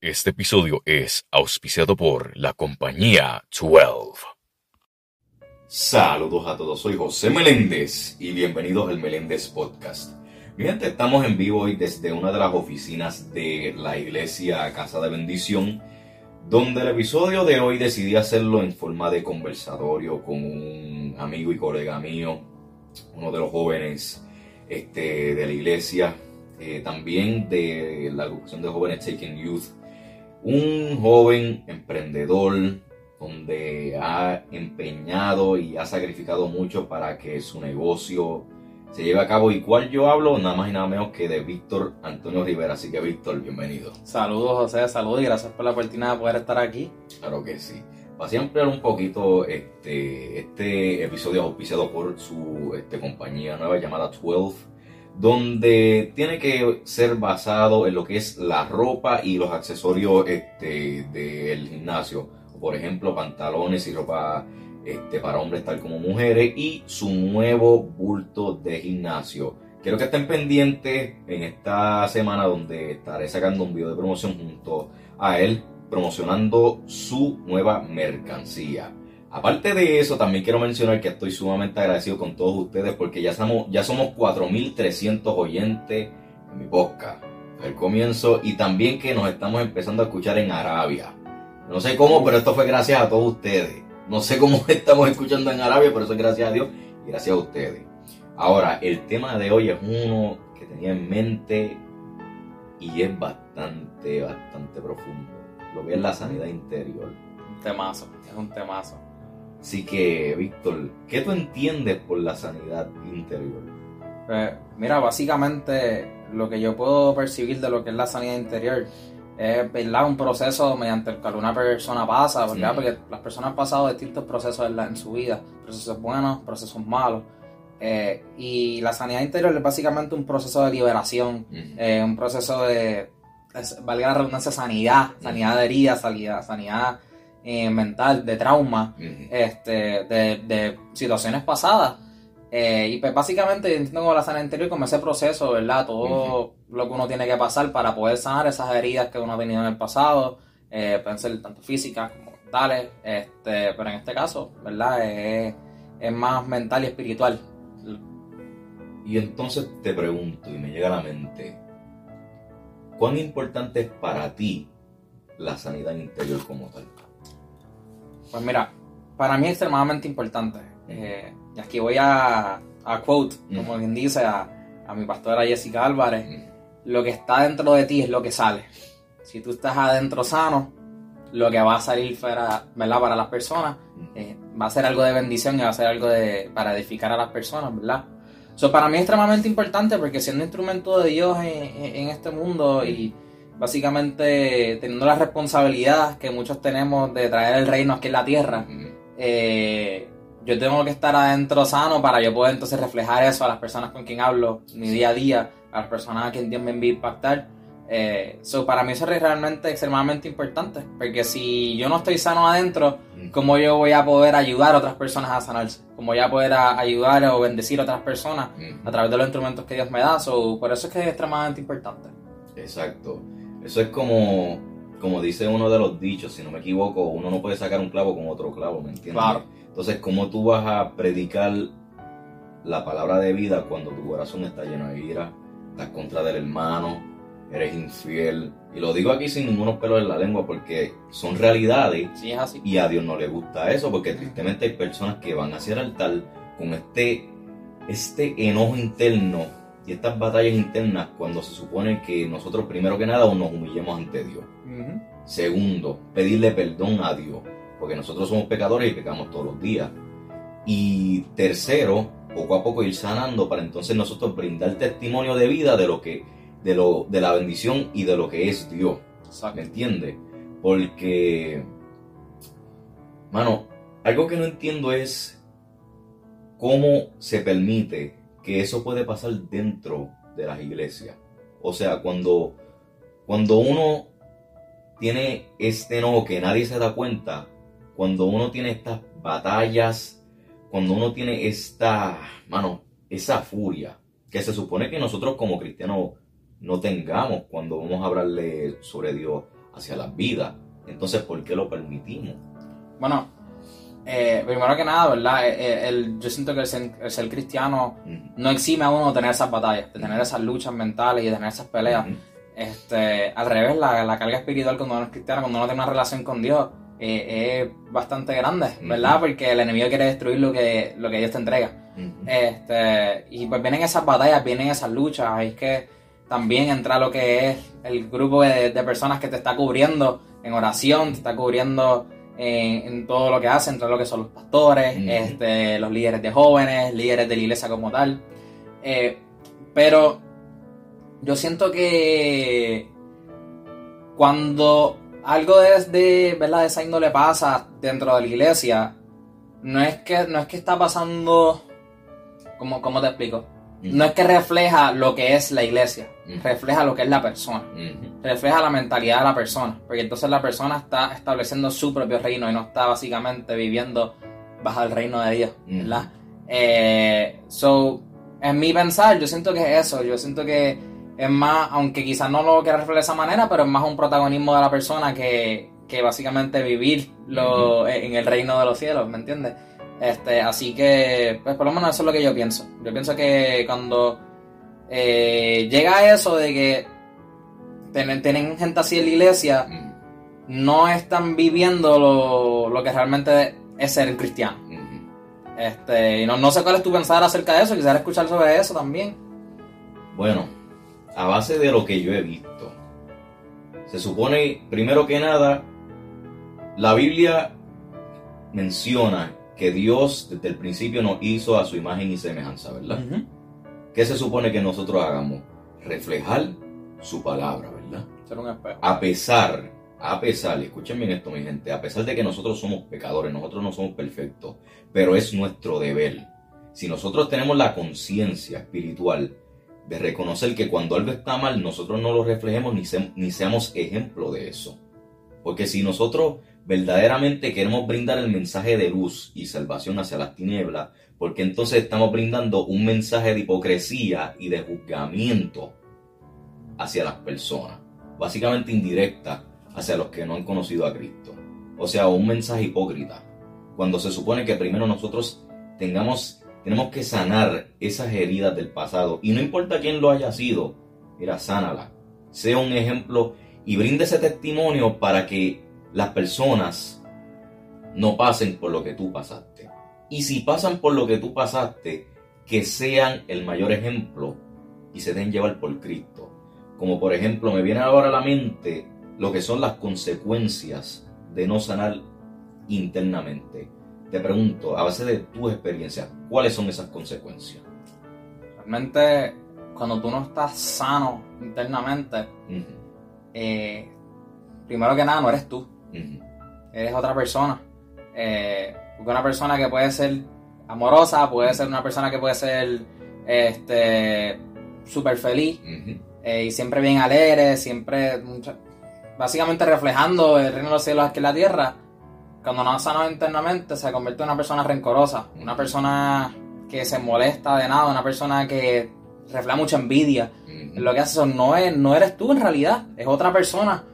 Este episodio es auspiciado por la compañía 12. Saludos a todos, soy José Meléndez y bienvenidos al Meléndez Podcast. Mi gente, estamos en vivo hoy desde una de las oficinas de la iglesia Casa de Bendición, donde el episodio de hoy decidí hacerlo en forma de conversatorio con un amigo y colega mío, uno de los jóvenes de la iglesia, también de la agrupación de jóvenes Taking Youth, un joven emprendedor donde ha empeñado y ha sacrificado mucho para que su negocio se lleve a cabo. ¿Y cuál yo hablo? Nada más y nada menos que de Víctor Antonio Rivera. Así que Víctor, bienvenido. Saludos José, saludos y gracias por la oportunidad de poder estar aquí. Claro que sí. Para ampliar un poquito este episodio es auspiciado por su compañía nueva llamada 12, donde tiene que ser basado en lo que es la ropa y los accesorios del gimnasio. Por ejemplo, pantalones y ropa para hombres tal como mujeres, y su nuevo bulto de gimnasio. Quiero que estén pendientes en esta semana, donde estaré sacando un video de promoción junto a él, promocionando su nueva mercancía. Aparte de eso, también quiero mencionar que estoy sumamente agradecido con todos ustedes, porque ya somos 4.300 oyentes en mi podcast, el comienzo, y también que nos estamos empezando a escuchar en Arabia. No sé cómo, pero esto fue gracias a todos ustedes. No sé cómo estamos escuchando en Arabia, pero eso es gracias a Dios y gracias a ustedes. Ahora, el tema de hoy es uno que tenía en mente y es bastante profundo. Lo que es la sanidad interior. Es un temazo. Así que, Víctor, ¿qué tú entiendes por la sanidad interior? Mira, básicamente lo que yo puedo percibir de lo que es la sanidad interior es, ¿verdad?, un proceso mediante el cual una persona pasa, ¿verdad? Sí. Porque las personas han pasado distintos procesos en su vida, procesos buenos, procesos malos, y la sanidad interior es básicamente un proceso de liberación, un proceso de, valga la redundancia, sanidad de heridas, sanidad mental, de trauma, de situaciones pasadas. Y pues básicamente yo entiendo como la sanidad interior como ese proceso, ¿verdad? Todo lo que uno tiene que pasar para poder sanar esas heridas que uno ha tenido en el pasado, pueden ser tanto físicas como mentales, pero en este caso, ¿verdad? Es más mental y espiritual. Y entonces te pregunto, y me llega a la mente, ¿cuán importante es para ti la sanidad interior como tal? Pues mira, para mí es extremadamente importante. Y aquí voy a quote, como quien dice, a mi pastora Jessica Álvarez: lo que está dentro de ti es lo que sale. Si tú estás adentro sano, lo que va a salir fuera, ¿verdad?, para las personas, va a ser algo de bendición y va a ser algo para edificar a las personas, ¿verdad? Para mí es extremadamente importante, porque siendo instrumento de Dios en este mundo y básicamente teniendo la responsabilidad que muchos tenemos de traer el reino aquí en la tierra, yo tengo que estar adentro sano para yo poder entonces reflejar eso a las personas con quien hablo mi día a día, a las personas a quien Dios me envía a impactar. Para mí eso es realmente extremadamente importante, porque si yo no estoy sano adentro, ¿cómo yo voy a poder ayudar a otras personas a sanarse? ¿Cómo voy a poder ayudar o bendecir a otras personas a través de los instrumentos que Dios me da? Por eso es que es extremadamente importante. Exacto. Eso es como dice uno de los dichos, si no me equivoco, uno no puede sacar un clavo con otro clavo, ¿me entiendes? Claro. Entonces, ¿cómo tú vas a predicar la palabra de vida cuando tu corazón está lleno de ira, estás contra del hermano, eres infiel? Y lo digo aquí sin ningunos pelos en la lengua, porque son realidades. Sí, es así. Y a Dios no le gusta eso, porque tristemente hay personas que van hacia el altar con este enojo interno y estas batallas internas, cuando se supone que nosotros primero que nada nos humillemos ante Dios. Segundo, pedirle perdón a Dios, porque nosotros somos pecadores y pecamos todos los días. Y tercero, poco a poco ir sanando para entonces nosotros brindar testimonio de vida de la bendición y de lo que es Dios. Exacto. ¿Me entiendes? Porque, mano, algo que no entiendo es cómo se permite que eso puede pasar dentro de las iglesias. O sea, cuando uno tiene este enojo que nadie se da cuenta, cuando uno tiene estas batallas, cuando uno tiene esa furia, que se supone que nosotros como cristianos no tengamos cuando vamos a hablarle sobre Dios hacia las vidas. Entonces, ¿por qué lo permitimos? Bueno, primero que nada, ¿verdad? Yo siento que el ser cristiano no exime a uno de tener esas batallas, de tener esas luchas mentales y de tener esas peleas. Al revés, la carga espiritual cuando uno es cristiano, cuando uno tiene una relación con Dios, es bastante grande, ¿verdad? Porque el enemigo quiere destruir lo que Dios te entrega. Y pues vienen esas batallas, vienen esas luchas. Ahí es que también entra lo que es el grupo de personas que te está cubriendo en oración, te está cubriendo en todo lo que hacen, entre lo que son los pastores, los líderes de jóvenes, líderes de la iglesia como tal. Pero yo siento que cuando algo ¿verdad? de esa índole pasa dentro de la iglesia, no es que está pasando, ¿cómo te explico? No es que refleja lo que es la iglesia, refleja lo que es la persona, refleja la mentalidad de la persona, porque entonces la persona está estableciendo su propio reino y no está básicamente viviendo bajo el reino de Dios, ¿verdad? En mi pensar, yo siento que es eso, yo siento que es más, aunque quizás no lo quiera reflejar de esa manera, pero es más un protagonismo de la persona que básicamente vivirlo en el reino de los cielos, ¿me entiendes? Así que, pues por lo menos eso es lo que yo pienso. Yo pienso que cuando llega eso de que tienen gente así en la iglesia, no están viviendo lo que realmente es ser cristiano. Y no sé cuál es tu pensar acerca de eso, quisiera escuchar sobre eso también. Bueno, a base de lo que yo he visto, se supone, primero que nada, la Biblia menciona que Dios desde el principio nos hizo a su imagen y semejanza, ¿verdad? ¿Qué se supone que nosotros hagamos? Reflejar su palabra, ¿verdad? Ser un espejo. A pesar, escuchen bien esto, mi gente, a pesar de que nosotros somos pecadores, nosotros no somos perfectos, pero es nuestro deber. Si nosotros tenemos la conciencia espiritual de reconocer que cuando algo está mal, nosotros no lo reflejemos ni seamos ejemplo de eso. Porque si nosotros verdaderamente queremos brindar el mensaje de luz y salvación hacia las tinieblas, porque entonces estamos brindando un mensaje de hipocresía y de juzgamiento hacia las personas, básicamente indirecta hacia los que no han conocido a Cristo. O sea, un mensaje hipócrita, cuando se supone que primero nosotros tenemos que sanar esas heridas del pasado, y no importa quién lo haya sido, mira, sánala, sea un ejemplo y brinde ese testimonio para que las personas no pasen por lo que tú pasaste. Y si pasan por lo que tú pasaste, que sean el mayor ejemplo y se den llevar por Cristo. Como por ejemplo, me viene ahora a la mente lo que son las consecuencias de no sanar internamente. Te pregunto, a base de tu experiencia, ¿cuáles son esas consecuencias? Realmente, cuando tú no estás sano internamente, primero que nada no eres tú. Eres otra persona. Porque una persona que puede ser amorosa, puede ser una persona que puede ser súper feliz y siempre bien alegre, siempre básicamente reflejando el reino de los cielos aquí en la tierra. Cuando no es sano internamente, se convierte en una persona rencorosa, una persona que se molesta de nada, una persona que refleja mucha envidia. Lo que hace eso no eres tú en realidad, es otra persona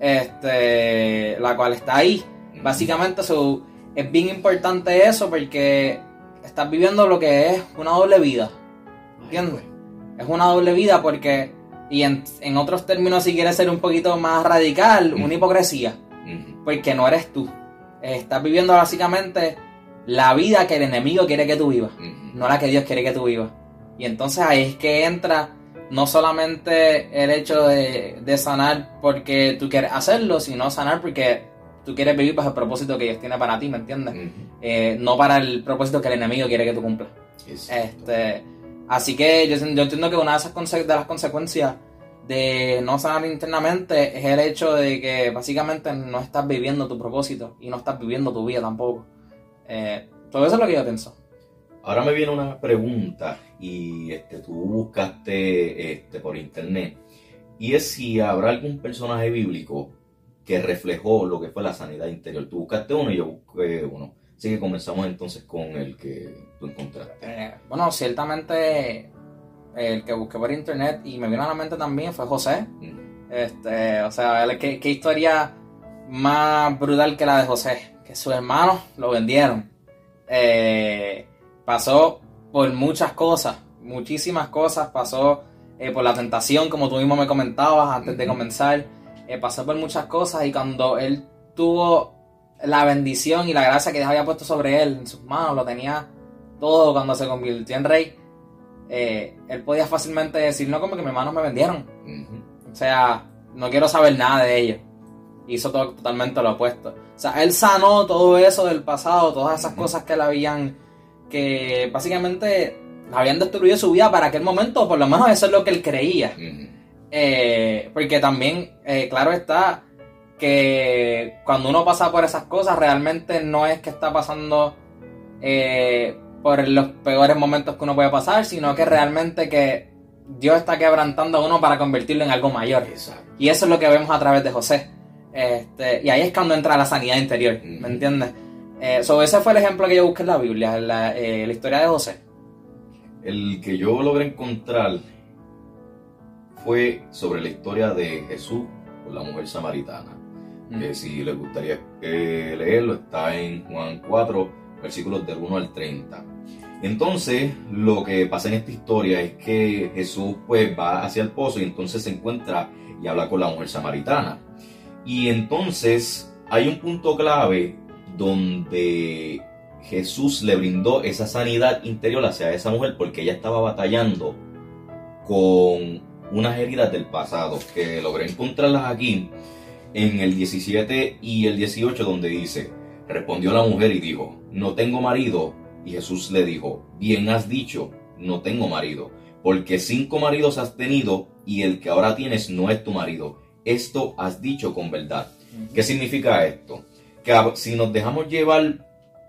la cual está ahí. Básicamente es bien importante eso, porque estás viviendo lo que es una doble vida, ¿entiendes? Es una doble vida porque, y en otros términos, si quieres ser un poquito más radical, una hipocresía, porque no eres tú. Estás viviendo básicamente la vida que el enemigo quiere que tú vivas, no la que Dios quiere que tú vivas. Y entonces ahí es que entra no solamente el hecho de sanar porque tú quieres hacerlo, sino sanar porque tú quieres vivir bajo el propósito que Dios tiene para ti, ¿me entiendes? No para el propósito que el enemigo quiere que tú cumplas. Así que yo entiendo que una de las consecuencias de no sanar internamente es el hecho de que básicamente no estás viviendo tu propósito y no estás viviendo tu vida tampoco. Todo eso es lo que yo pienso. Ahora me viene una pregunta y tú buscaste por internet, y es si habrá algún personaje bíblico que reflejó lo que fue la sanidad interior. Tú buscaste uno y yo busqué uno. Así que comenzamos entonces con el que tú encontraste. Bueno, ciertamente el que busqué por internet y me vino a la mente también fue José. O sea, qué historia más brutal que la de José, que sus hermanos lo vendieron. Pasó por muchas cosas, muchísimas cosas, pasó por la tentación, como tú mismo me comentabas antes de comenzar, pasó por muchas cosas, y cuando él tuvo la bendición y la gracia que Dios había puesto sobre él en sus manos, lo tenía todo cuando se convirtió en rey, él podía fácilmente decir, no, como que mis hermanos me vendieron. O sea, no quiero saber nada de ellos. Hizo todo totalmente lo opuesto. O sea, él sanó todo eso del pasado, todas esas cosas que básicamente habían destruido su vida para aquel momento, por lo menos eso es lo que él creía. Porque también, claro está, que cuando uno pasa por esas cosas, realmente no es que está pasando por los peores momentos que uno puede pasar, sino que realmente que Dios está quebrantando a uno para convertirlo en algo mayor. Exacto. Y eso es lo que vemos a través de José. Y ahí es cuando entra la sanidad interior, ¿me entiendes? Ese fue el ejemplo que yo busqué en la Biblia, la historia de José. El que yo logré encontrar fue sobre la historia de Jesús con la mujer samaritana. Que si les gustaría leerlo, está en Juan 4, versículos del 1 al 30. Entonces, lo que pasa en esta historia es que Jesús pues va hacia el pozo y entonces se encuentra y habla con la mujer samaritana. Y entonces hay un punto clave donde Jesús le brindó esa sanidad interior hacia esa mujer porque ella estaba batallando con unas heridas del pasado, que logré encontrarlas aquí en el 17 y el 18, donde dice: respondió la mujer y dijo, no tengo marido. Y Jesús le dijo, bien has dicho, no tengo marido, porque 5 maridos has tenido y el que ahora tienes no es tu marido. Esto has dicho con verdad. ¿Qué significa esto? Que si nos dejamos llevar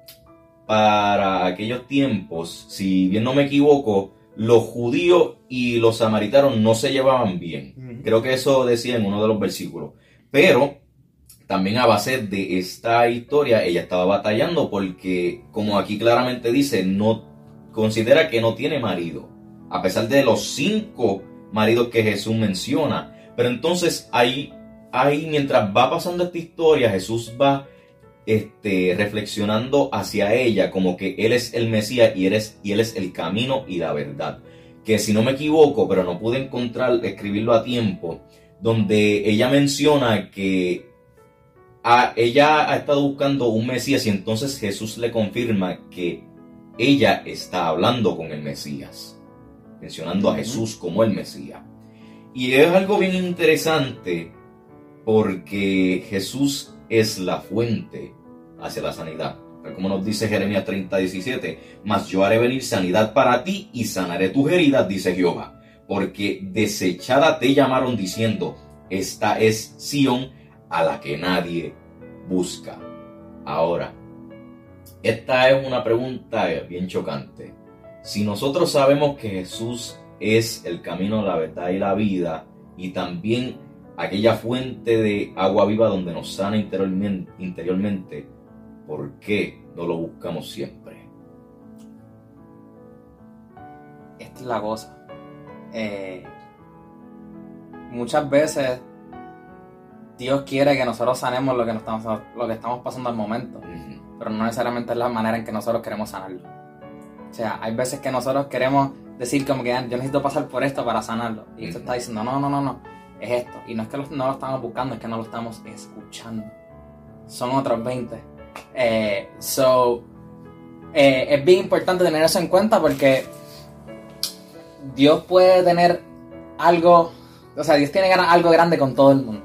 para aquellos tiempos, si bien no me equivoco, los judíos y los samaritanos no se llevaban bien. Creo que eso decía en uno de los versículos. Pero también a base de esta historia, ella estaba batallando porque, como aquí claramente dice, no considera que no tiene marido, a pesar de los 5 maridos que Jesús menciona. Pero entonces ahí mientras va pasando esta historia, Jesús va reflexionando hacia ella como que Él es el Mesías y Él es el camino y la verdad. Que si no me equivoco, pero no pude escribirlo a tiempo, donde ella menciona que ella ha estado buscando un Mesías y entonces Jesús le confirma que ella está hablando con el Mesías, mencionando a Jesús como el Mesías. Y es algo bien interesante porque Jesús es la fuente hacia la sanidad. Como nos dice Jeremías 30:17, mas yo haré venir sanidad para ti y sanaré tus heridas, dice Jehová, porque desechada te llamaron diciendo, esta es Sión a la que nadie busca. Ahora, esta es una pregunta bien chocante. Si nosotros sabemos que Jesús es el camino, la verdad y la vida, y también aquella fuente de agua viva donde nos sana interiormente, ¿por qué no lo buscamos siempre? Esta es la cosa. Muchas veces Dios quiere que nosotros sanemos lo que estamos pasando al momento, pero no necesariamente es la manera en que nosotros queremos sanarlo. O sea, hay veces que nosotros queremos decir como que yo necesito pasar por esto para sanarlo, y esto está diciendo no, es esto. Y no es que no lo estamos buscando, es que no lo estamos escuchando. Son otros 20. Es bien importante tener eso en cuenta porque Dios puede tener algo, o sea, Dios tiene algo grande con todo el mundo.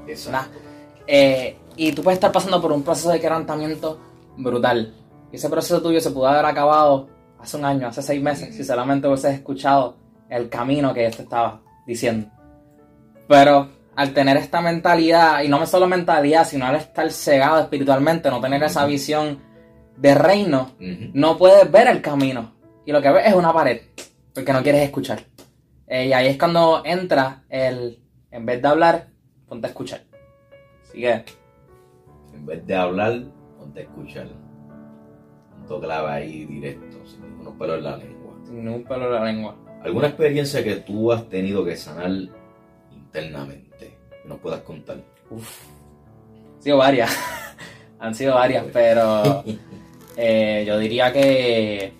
Y tú puedes estar pasando por un proceso de quebrantamiento brutal. Y ese proceso tuyo se pudo haber acabado hace un año, hace 6 meses, si solamente hubieses escuchado el camino que Él te estaba diciendo. Pero al tener esta mentalidad, y no solo mentalidad, sino al estar cegado espiritualmente, no tener esa visión de reino, no puedes ver el camino. Y lo que ves es una pared, porque no quieres escuchar. Y ahí es cuando entra en vez de hablar, ponte a escuchar. Así que, en vez de hablar, ponte a escuchar. Punto clave ahí directo, sin ningún pelo en la lengua. Sin ningún pelo en la lengua. ¿Alguna experiencia que tú has tenido que sanar internamente? que nos puedas contar. Han sido varias. Han sido varias, pero yo diría que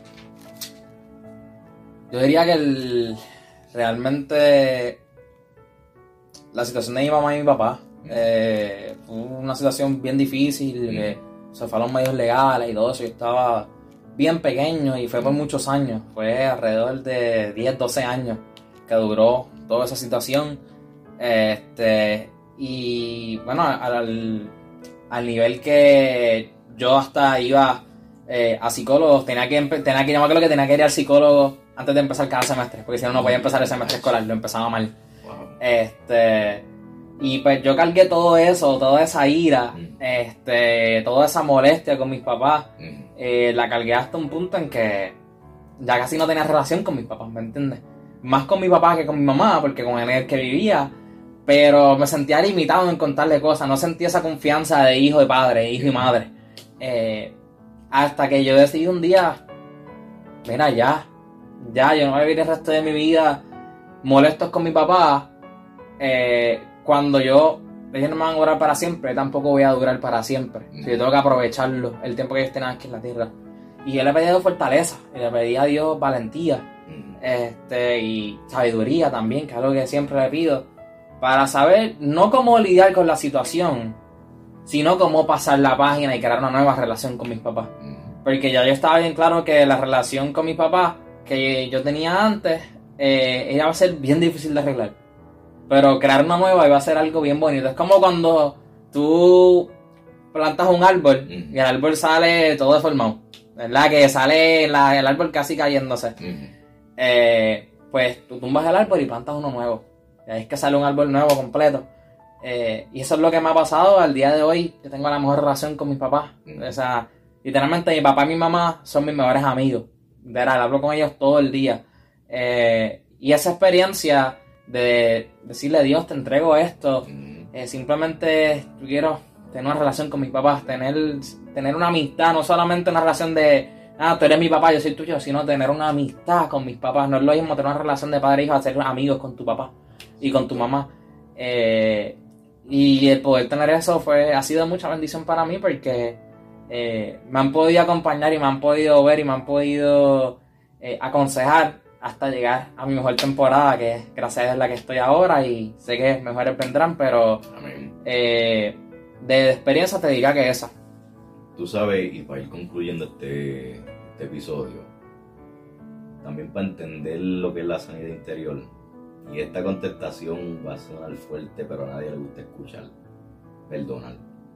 realmente la situación de mi mamá y mi papá fue una situación bien difícil, que se fue a los medios legales y todo eso. Yo estaba bien pequeño y fue por muchos años, fue alrededor de 10, 12 años que duró toda esa situación. Y bueno, al nivel que yo hasta iba a psicólogos, yo me acuerdo que tenía que ir al psicólogo antes de empezar cada semestre, porque si no, no podía empezar el semestre escolar, lo empezaba mal. Wow. Y pues yo cargué todo eso, toda esa ira, toda esa molestia con mis papás, la cargué hasta un punto en que ya casi no tenía relación con mis papás, ¿me entiendes? Más con mi papá que con mi mamá, porque con él es el que vivía, pero me sentía limitado en contarle cosas, no sentía esa confianza de hijo y padre, hijo y madre. Hasta que yo decidí un día, mira, ya, yo no voy a vivir el resto de mi vida molestos con mi papá. Cuando ellos no me van a durar para siempre, tampoco voy a durar para siempre. Yo tengo que aprovecharlo, el tiempo que ellos tengan aquí en la tierra. Y yo le pedí a Dios fortaleza, y le pedí a Dios valentía, y sabiduría también, que es algo que siempre le pido, para saber no cómo lidiar con la situación, sino cómo pasar la página y crear una nueva relación con mis papás. Porque ya yo estaba bien claro que la relación con mis papás que yo tenía antes iba a ser bien difícil de arreglar. Pero crear una nueva iba a ser algo bien bonito. Es como cuando tú plantas un árbol y el árbol sale todo deformado, ¿verdad? Que sale el árbol casi cayéndose. Pues tú tumbas el árbol y plantas uno nuevo. Y ahí es que sale un árbol nuevo completo. Y eso es lo que me ha pasado al día de hoy. Yo tengo la mejor relación con mis papás. O sea, literalmente mi papá y mi mamá son mis mejores amigos. ¿Verdad? Hablo con ellos todo el día. Y esa experiencia de decirle a Dios, te entrego esto. Simplemente yo quiero tener una relación con mis papás. Tener una amistad, no solamente una relación de tú eres mi papá, yo soy tuyo, sino tener una amistad con mis papás. No es lo mismo tener una relación de padre e hijo a ser amigos con tu papá y con tu mamá. Y el poder tener eso ha sido mucha bendición para mí, porque me han podido acompañar y me han podido ver y me han podido aconsejar hasta llegar a mi mejor temporada, que es gracias a Dios la que estoy ahora, y sé que mejores vendrán, pero de experiencia te diría que esa. Tú sabes, y para ir concluyendo este episodio, también para entender lo que es la sanidad interior, y esta contestación va a sonar fuerte, pero a nadie le gusta escuchar: perdonar.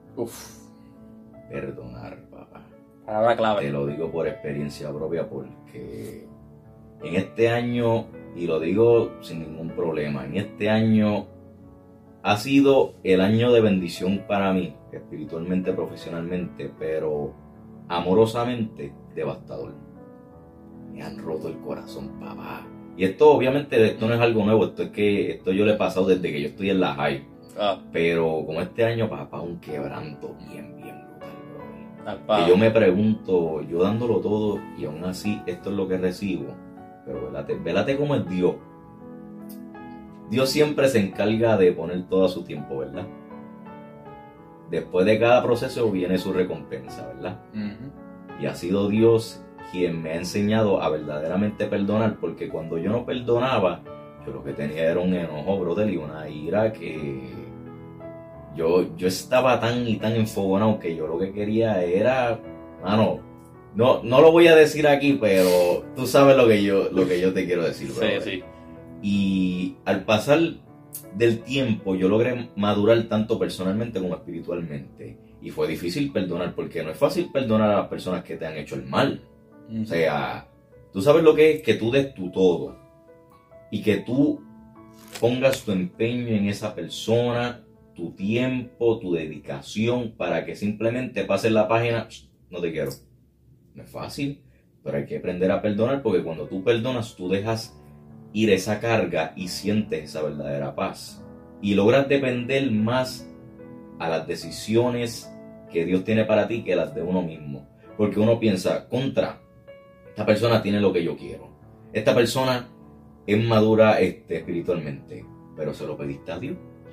Perdonar, papá. Palabra clave. Te lo digo por experiencia propia, porque en este año, y lo digo sin ningún problema, en este año ha sido el año de bendición para mí, espiritualmente, profesionalmente, pero amorosamente devastador. Me han roto el corazón, papá. Y esto obviamente no es algo nuevo, esto yo le he pasado desde que yo estoy en la high. Pero como este año, papá, un quebranto bien brutal, bro. Que yo me pregunto, yo dándolo todo y aún así esto es lo que recibo. Pero vélate cómo es Dios. Dios siempre se encarga de poner todo a su tiempo, ¿verdad? Después de cada proceso viene su recompensa, ¿verdad? Y ha sido Dios quien me ha enseñado a verdaderamente perdonar, porque cuando yo no perdonaba, yo lo que tenía era un enojo, brother, y una ira que yo estaba tan y tan enfogonado que yo lo que quería era, mano, no lo voy a decir aquí, pero tú sabes lo que yo te quiero decir, brother. Sí. Y al pasar del tiempo yo logré madurar tanto personalmente como espiritualmente, y fue difícil perdonar, porque no es fácil perdonar a las personas que te han hecho el mal. O sea, tú sabes lo que es que tú des tu todo y que tú pongas tu empeño en esa persona, tu tiempo, tu dedicación, para que simplemente pases la página. No te quiero. No es fácil, pero hay que aprender a perdonar, porque cuando tú perdonas, tú dejas ir esa carga y sientes esa verdadera paz. Y logras depender más a las decisiones que Dios tiene para ti que las de uno mismo. Porque uno piensa, esta persona tiene lo que yo quiero. Esta persona es madura espiritualmente, pero se lo pediste a Dios.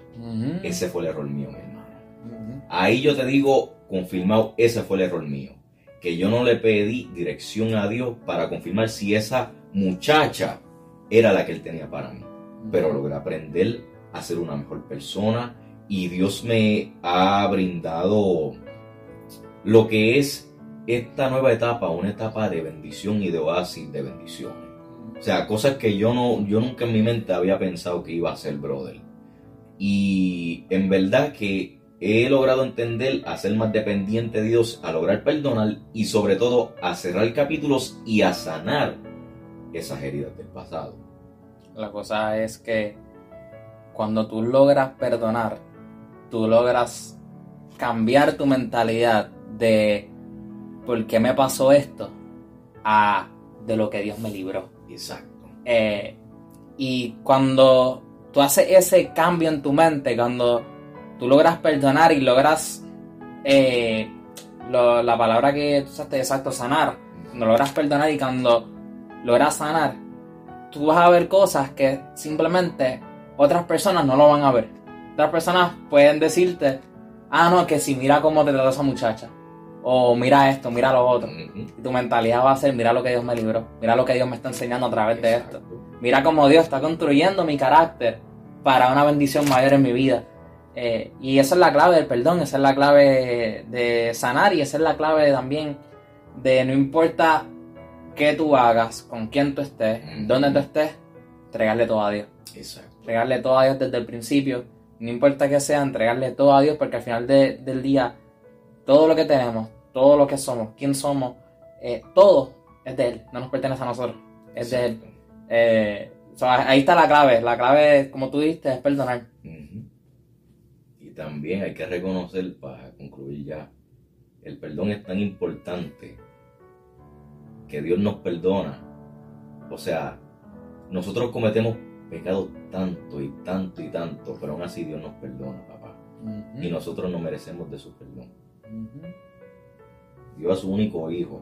Ese fue el error mío, mi hermano. Ahí yo te digo, confirmado, ese fue el error mío. Que yo no le pedí dirección a Dios para confirmar si esa muchacha era la que Él tenía para mí. Pero logré aprender a ser una mejor persona y Dios me ha brindado lo que es esta nueva etapa, una etapa de bendición y de oasis de bendiciones. O sea, cosas que yo nunca en mi mente había pensado que iba a ser, brother. Y en verdad que he logrado entender a ser más dependiente de Dios, a lograr perdonar y sobre todo a cerrar capítulos y a sanar esas heridas del pasado. La cosa es que cuando tú logras perdonar, tú logras cambiar tu mentalidad de ¿por qué me pasó esto? A de lo que Dios me libró. Exacto. Y cuando tú haces ese cambio en tu mente, cuando tú logras perdonar y logras la palabra que tú usaste, exacto, sanar, cuando logras perdonar y cuando logras sanar, tú vas a ver cosas que simplemente otras personas no lo van a ver. Otras personas pueden decirte, no, que si mira cómo te trató esa muchacha, o mira esto, mira lo otro. Y tu mentalidad va a ser, mira lo que Dios me libró, mira lo que Dios me está enseñando a través de esto. Mira cómo Dios está construyendo mi carácter para una bendición mayor en mi vida. Y esa es la clave del perdón, esa es la clave de sanar y esa es la clave también de no importa qué tú hagas, con quién tú estés, dónde tú estés, entregarle todo a Dios. Exacto. Entregarle todo a Dios desde el principio, no importa qué sea, entregarle todo a Dios porque al final del día, todo lo que tenemos, todo lo que somos, quién somos, todo es de Él, no nos pertenece a nosotros, es Exacto. de Él. Ahí está la clave, como tú dijiste, es perdonar. Y también hay que reconocer, para concluir ya, el perdón es tan importante que Dios nos perdona. O sea, nosotros cometemos pecados tanto y tanto y tanto, pero aún así Dios nos perdona, papá. Y nosotros no merecemos de su perdón. Dio a su único hijo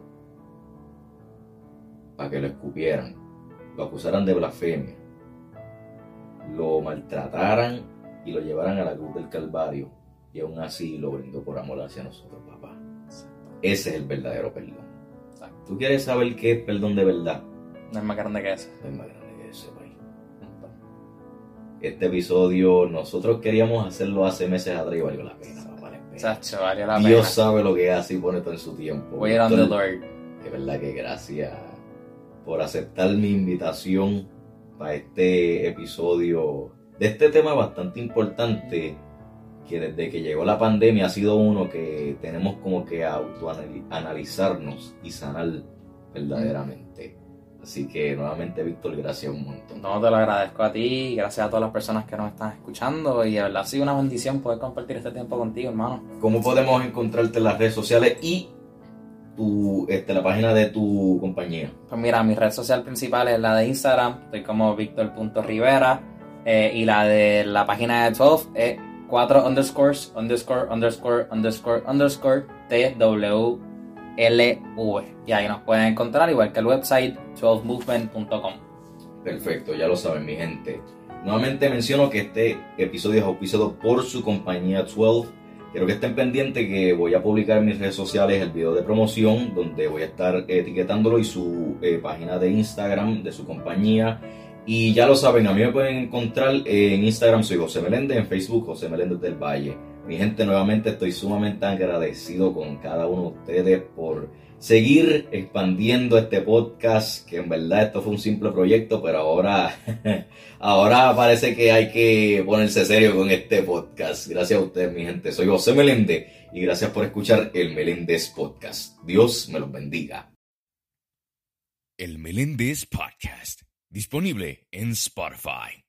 para que lo escupieran, lo acusaran de blasfemia, lo maltrataran y lo llevaran a la cruz del Calvario, y aún así lo brindó por amor hacia nosotros, papá. Ese es el verdadero perdón. ¿Tú quieres saber qué es perdón de verdad? No es más grande que eso. No es más grande que ese, país. Este episodio nosotros queríamos hacerlo hace meses atrás y valió la pena, papá. Chacho, valió la pena. Dios sabe lo que hace y pone todo en su tiempo. Wait on the Lord. De verdad que gracias por aceptar mi invitación para este episodio de este tema bastante importante, que desde que llegó la pandemia ha sido uno que tenemos como que autoanalizarnos y sanar verdaderamente. Así que nuevamente, Víctor, gracias un montón. No, te lo agradezco a ti, gracias a todas las personas que nos están escuchando y de verdad ha sido una bendición poder compartir este tiempo contigo, hermano. ¿Cómo podemos encontrarte en las redes sociales y la página de tu compañía? Pues mira, mi red social principal es la de Instagram, estoy como Victor.Rivera, y la de la página de 12 es 4______TWLV. Y ahí nos pueden encontrar, igual que el website 12movement.com. Perfecto, ya lo saben, mi gente. Nuevamente menciono que este episodio es auspiciado por su compañía 12. Quiero que estén pendientes que voy a publicar en mis redes sociales el video de promoción donde voy a estar etiquetándolo y su página de Instagram de su compañía. Y ya lo saben, a mí me pueden encontrar en Instagram, soy José Meléndez, en Facebook José Meléndez del Valle. Mi gente, nuevamente estoy sumamente agradecido con cada uno de ustedes por seguir expandiendo este podcast, que en verdad esto fue un simple proyecto, pero ahora parece que hay que ponerse serio con este podcast. Gracias a ustedes, mi gente. Soy José Meléndez y gracias por escuchar el Meléndez Podcast. Dios me los bendiga. El Meléndez Podcast, disponible en Spotify.